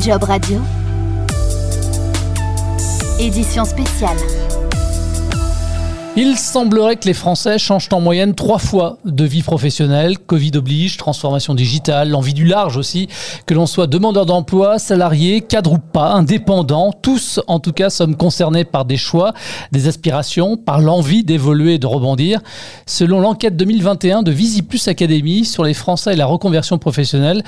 Job Radio, édition spéciale. Il semblerait que les Français changent en moyenne 3 fois de vie professionnelle. Covid oblige, transformation digitale, l'envie du large aussi. Que l'on soit demandeur d'emploi, salarié, cadre ou pas, indépendant, tous en tout cas sommes concernés par des choix, des aspirations, par l'envie d'évoluer et de rebondir. Selon l'enquête 2021 de VisiPlus Academy sur les Français et la reconversion professionnelle,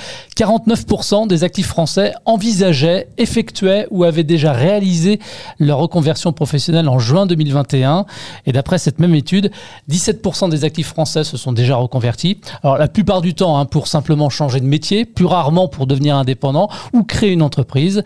49% des actifs français envisageaient, effectuaient ou avaient déjà réalisé leur reconversion professionnelle en juin 2021. Et d'après cette même étude, 17% des actifs français se sont déjà reconvertis. Alors la plupart du temps pour simplement changer de métier, plus rarement pour devenir indépendant ou créer une entreprise.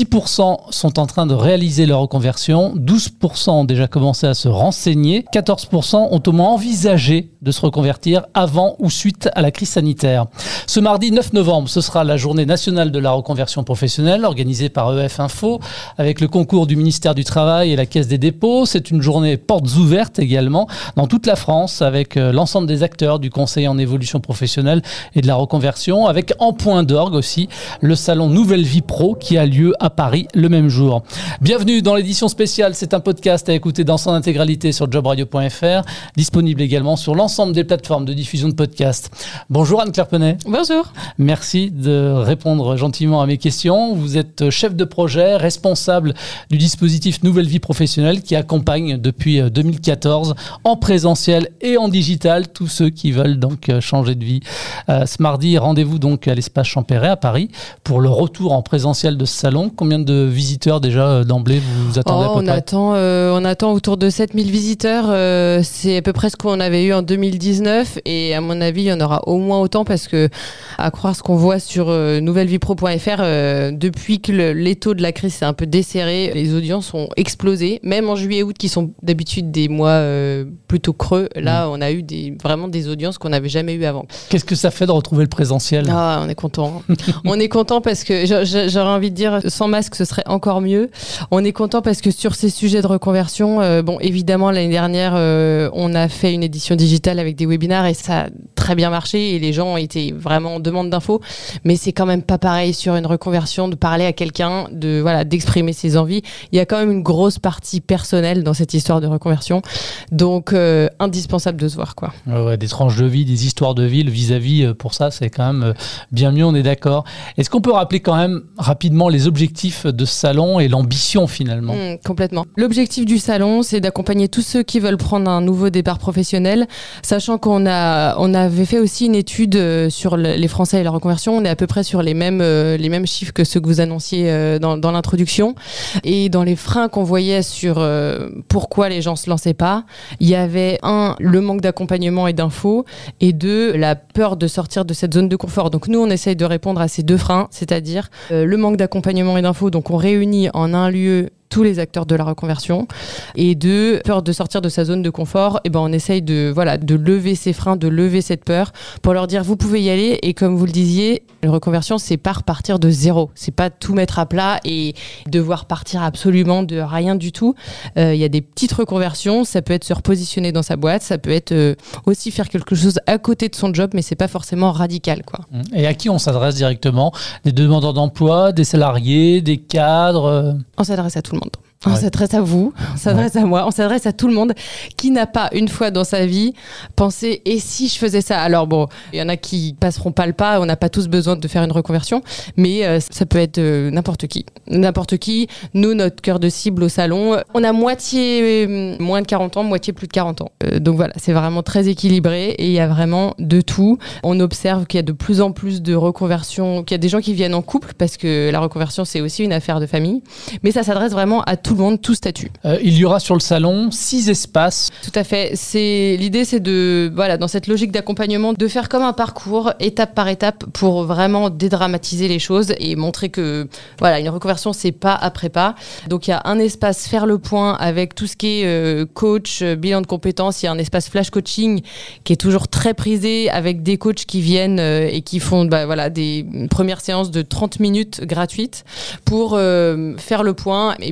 6% sont en train de réaliser leur reconversion, 12% ont déjà commencé à se renseigner, 14% ont au moins envisagé de se reconvertir avant ou suite à la crise sanitaire. Ce mardi 9 novembre, ce sera la journée nationale de la reconversion professionnelle organisée par EF Info avec le concours du ministère du Travail et la Caisse des dépôts. C'est une journée portes ouvertes également dans toute la France avec l'ensemble des acteurs du conseil en évolution professionnelle et de la reconversion, avec en point d'orgue aussi le salon Nouvelle Vie Pro qui a lieu à Paris le même jour. Bienvenue dans l'édition spéciale, c'est un podcast à écouter dans son intégralité sur jobradio.fr, disponible également sur l'ensemble des plateformes de diffusion de podcasts. Bonjour Anne-Claire Penet. Bonjour. Merci de répondre gentiment à mes questions. Vous êtes chef de projet, responsable du dispositif Nouvelle Vie Professionnelle qui accompagne depuis 2014 en présentiel et en digital tous ceux qui veulent donc changer de vie. Ce mardi, rendez-vous donc à l'espace Champéret à Paris pour le retour en présentiel de ce salon. Combien de visiteurs déjà d'emblée vous attendez à peu près? On attend autour de 7000 visiteurs. C'est à peu près ce qu'on avait eu en 2019 et à mon avis, il y en aura au moins autant parce que, à croire ce qu'on voit sur nouvellevipro.fr, depuis que l'étau de la crise s'est un peu desserré, les audiences ont explosé. Même en juillet-août, qui sont d'habitude des mois plutôt creux, là, on a eu vraiment des audiences qu'on n'avait jamais eues avant. Qu'est-ce que ça fait de retrouver le présentiel? On est content. On est content parce que, j'aurais envie de dire, sans masque, ce serait encore mieux. On est content parce que sur ces sujets de reconversion, évidemment, l'année dernière, on a fait une édition digitale avec des webinaires et ça a très bien marché et les gens ont été vraiment en demande d'infos. Mais c'est quand même pas pareil sur une reconversion de parler à quelqu'un, d'exprimer ses envies. Il y a quand même une grosse partie personnelle dans cette histoire de reconversion. Donc, indispensable de se voir, quoi. Ouais, des tranches de vie, des histoires de vie, le vis-à-vis, pour ça, c'est quand même bien mieux, on est d'accord. Est-ce qu'on peut rappeler quand même rapidement les objectifs de ce salon et l'ambition finalement? Complètement. L'objectif du salon, c'est d'accompagner tous ceux qui veulent prendre un nouveau départ professionnel, sachant qu'on avait fait aussi une étude sur les Français et la reconversion. On est à peu près sur les mêmes chiffres que ceux que vous annonciez dans l'introduction. Et dans les freins qu'on voyait sur pourquoi les gens se lançaient pas, il y avait 1, le manque d'accompagnement et d'infos, et 2, la peur de sortir de cette zone de confort. Donc nous, on essaye de répondre à ces 2 freins, c'est-à-dire le manque d'accompagnement et d'infos. Donc on réunit en un lieu tous les acteurs de la reconversion, et 2, peur de sortir de sa zone de confort, et on essaye de lever ces freins, de lever cette peur pour leur dire vous pouvez y aller. Et comme vous le disiez, la reconversion, c'est pas repartir de zéro, c'est pas tout mettre à plat et devoir partir absolument de rien du tout. Il y a des petites reconversions, ça peut être se repositionner dans sa boîte, ça peut être aussi faire quelque chose à côté de son job, mais c'est pas forcément radical, quoi. Et à qui on s'adresse directement? Des demandeurs d'emploi, des salariés, des cadres? On s'adresse à tout le monde. On s'adresse à vous, on s'adresse à moi, on s'adresse à tout le monde qui n'a pas une fois dans sa vie pensé et si je faisais ça. Alors il y en a qui passeront pas le pas, on n'a pas tous besoin de faire une reconversion, mais ça peut être n'importe qui. Nous, notre cœur de cible au salon, on a moitié moins de 40 ans, moitié plus de 40 ans. Donc voilà, c'est vraiment très équilibré et il y a vraiment de tout. On observe qu'il y a de plus en plus de reconversions, qu'il y a des gens qui viennent en couple parce que la reconversion, c'est aussi une affaire de famille, mais ça s'adresse vraiment à tout le monde, tout statut. Il y aura sur le salon 6 espaces. Tout à fait. L'idée, c'est dans cette logique d'accompagnement, de faire comme un parcours, étape par étape, pour vraiment dédramatiser les choses et montrer que, une reconversion, c'est pas après pas. Donc, il y a un espace faire le point avec tout ce qui est coach, bilan de compétences. Il y a un espace flash coaching qui est toujours très prisé avec des coachs qui viennent et qui font, des premières séances de 30 minutes gratuites pour faire le point et pouvoir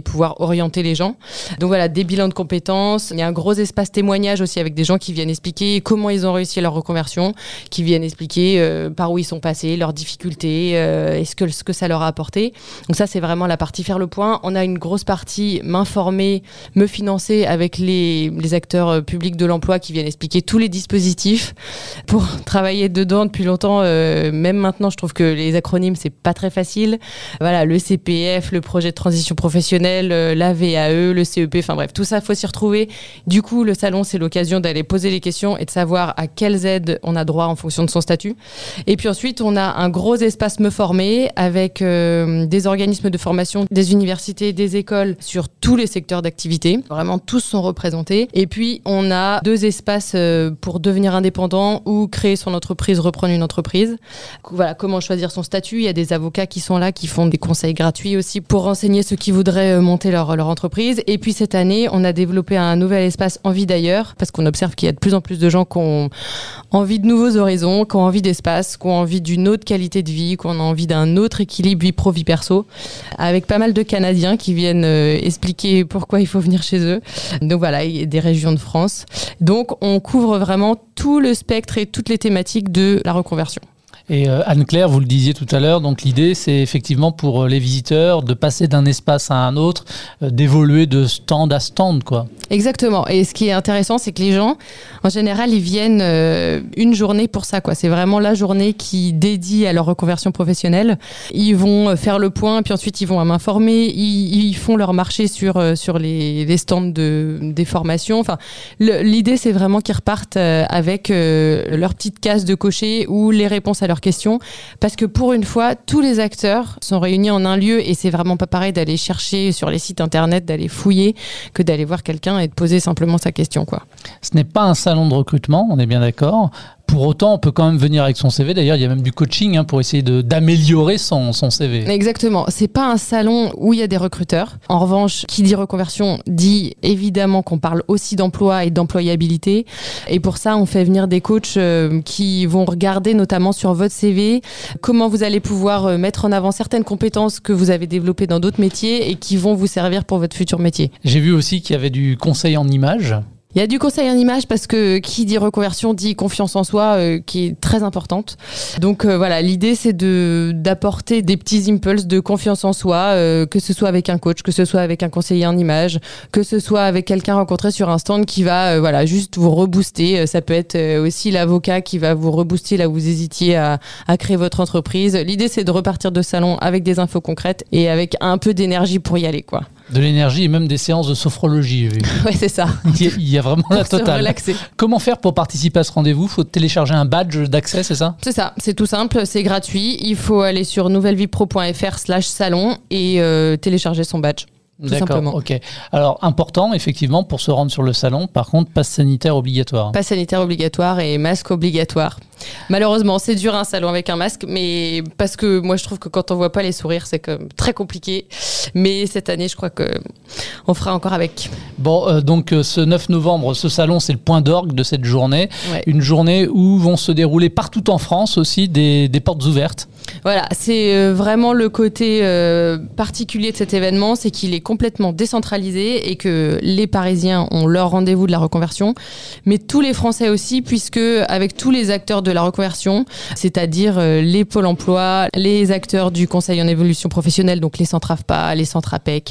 orienter les gens. Donc voilà, des bilans de compétences. Il y a un gros espace témoignage aussi avec des gens qui viennent expliquer comment ils ont réussi leur reconversion, qui viennent expliquer par où ils sont passés, leurs difficultés, et ce que ça leur a apporté. Donc ça, c'est vraiment la partie faire le point. On a une grosse partie m'informer, me financer avec les acteurs publics de l'emploi qui viennent expliquer tous les dispositifs pour travailler dedans depuis longtemps. Même maintenant, je trouve que les acronymes, c'est pas très facile. Voilà, le CPF, le projet de transition professionnelle, la VAE, le CEP, enfin bref, tout ça, il faut s'y retrouver. Du coup, le salon, c'est l'occasion d'aller poser les questions et de savoir à quelles aides on a droit en fonction de son statut. Et puis ensuite, on a un gros espace me former avec des organismes de formation, des universités, des écoles sur tous les secteurs d'activité. Vraiment, tous sont représentés. Et puis, on a 2 espaces pour devenir indépendant ou créer son entreprise, reprendre une entreprise. Voilà, comment choisir son statut. Il y a des avocats qui sont là, qui font des conseils gratuits aussi pour renseigner ceux qui voudraient monter leur entreprise. Et puis, cette année, on a développé un nouvel espace Envie d'ailleurs, parce qu'on observe qu'il y a de plus en plus de gens qui ont envie de nouveaux horizons, qui ont envie d'espace, qui ont envie d'une autre qualité de vie, qui ont envie d'un autre équilibre vie pro, vie perso, avec pas mal de Canadiens qui viennent expliquer pourquoi il faut venir chez eux. Donc voilà, il y a des régions de France. Donc on couvre vraiment tout le spectre et toutes les thématiques de la reconversion. Et Anne-Claire, vous le disiez tout à l'heure, donc l'idée c'est effectivement pour les visiteurs de passer d'un espace à un autre, d'évoluer de stand à stand, quoi. Exactement. Et ce qui est intéressant, c'est que les gens, en général, ils viennent une journée pour ça, quoi. C'est vraiment la journée qui dédie à leur reconversion professionnelle. Ils vont faire le point, puis ensuite ils vont m'informer. Ils font leur marché sur les stands des formations. Enfin, l'idée, c'est vraiment qu'ils repartent avec leur petite case de cocher ou les réponses à leurs questions, parce que pour une fois, tous les acteurs sont réunis en un lieu et c'est vraiment pas pareil d'aller chercher sur les sites internet, d'aller fouiller, que d'aller voir quelqu'un et de poser simplement sa question, quoi. Ce n'est pas un salon de recrutement, on est bien d'accord. Pour autant, on peut quand même venir avec son CV. D'ailleurs, il y a même du coaching pour essayer d'améliorer son CV. Exactement. C'est pas un salon où il y a des recruteurs. En revanche, qui dit reconversion dit évidemment qu'on parle aussi d'emploi et d'employabilité. Et pour ça, on fait venir des coachs qui vont regarder notamment sur votre CV comment vous allez pouvoir mettre en avant certaines compétences que vous avez développées dans d'autres métiers et qui vont vous servir pour votre futur métier. J'ai vu aussi qu'il y avait du conseil en images. Il y a du conseil en image parce que qui dit reconversion dit confiance en soi qui est très importante. Donc voilà, l'idée c'est d'apporter des petits impulses de confiance en soi, que ce soit avec un coach, que ce soit avec un conseiller en image, que ce soit avec quelqu'un rencontré sur un stand qui va voilà juste vous rebooster. Ça peut être aussi l'avocat qui va vous rebooster là où vous hésitiez à créer votre entreprise. L'idée c'est de repartir de salon avec des infos concrètes et avec un peu d'énergie pour y aller, quoi. De l'énergie et même des séances de sophrologie. Oui. Ouais, c'est ça. Il y a vraiment la totale. Relaxer. Comment faire pour participer à ce rendez-vous ? Il faut télécharger un badge d'accès, c'est ça ? C'est ça, c'est tout simple, c'est gratuit. Il faut aller sur nouvellevie-pro.fr/salon et télécharger son badge. Tout D'accord, simplement. Ok. Alors, important, effectivement, pour se rendre sur le salon, par contre, passe sanitaire obligatoire. Passe sanitaire obligatoire et masque obligatoire. Malheureusement, c'est dur un salon avec un masque, mais parce que moi, je trouve que quand on voit pas les sourires, c'est quand même très compliqué. Mais cette année, je crois qu'on fera encore avec. Bon, donc ce 9 novembre, ce salon, c'est le point d'orgue de cette journée. Ouais. Une journée où vont se dérouler partout en France aussi des portes ouvertes. Voilà, c'est vraiment le côté particulier de cet événement, c'est qu'il est complètement décentralisé et que les Parisiens ont leur rendez-vous de la reconversion, mais tous les Français aussi, puisque avec tous les acteurs de la reconversion, c'est-à-dire les pôles emploi, les acteurs du conseil en évolution professionnelle, donc les centres AFPA, les centres APEC,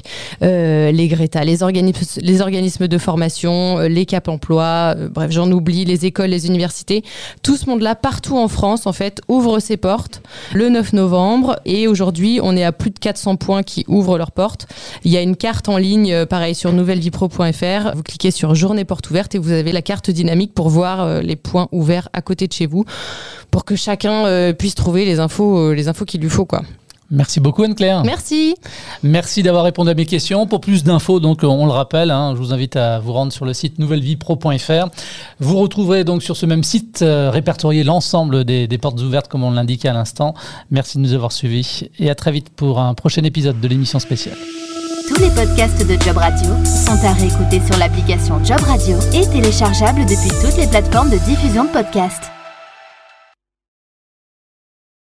les Greta, les organismes de formation, les Cap Emploi, bref, j'en oublie, les écoles, les universités, tout ce monde-là, partout en France, en fait, ouvre ses portes le 9 novembre et aujourd'hui, on est à plus de 400 points qui ouvrent leurs portes. Il y a une carte en ligne, pareil, sur nouvellevie-pro.fr. Vous cliquez sur Journée porte ouverte et vous avez la carte dynamique pour voir les points ouverts à côté de chez vous pour que chacun puisse trouver les infos qu'il lui faut, quoi. Merci beaucoup Anne-Claire. Merci. Merci d'avoir répondu à mes questions. Pour plus d'infos, donc on le rappelle, je vous invite à vous rendre sur le site nouvellevie-pro.fr. Vous retrouverez donc sur ce même site répertorié l'ensemble des portes ouvertes comme on l'indiquait à l'instant. Merci de nous avoir suivis et à très vite pour un prochain épisode de l'émission spéciale. Tous les podcasts de Job Radio sont à réécouter sur l'application Job Radio et téléchargeables depuis toutes les plateformes de diffusion de podcasts.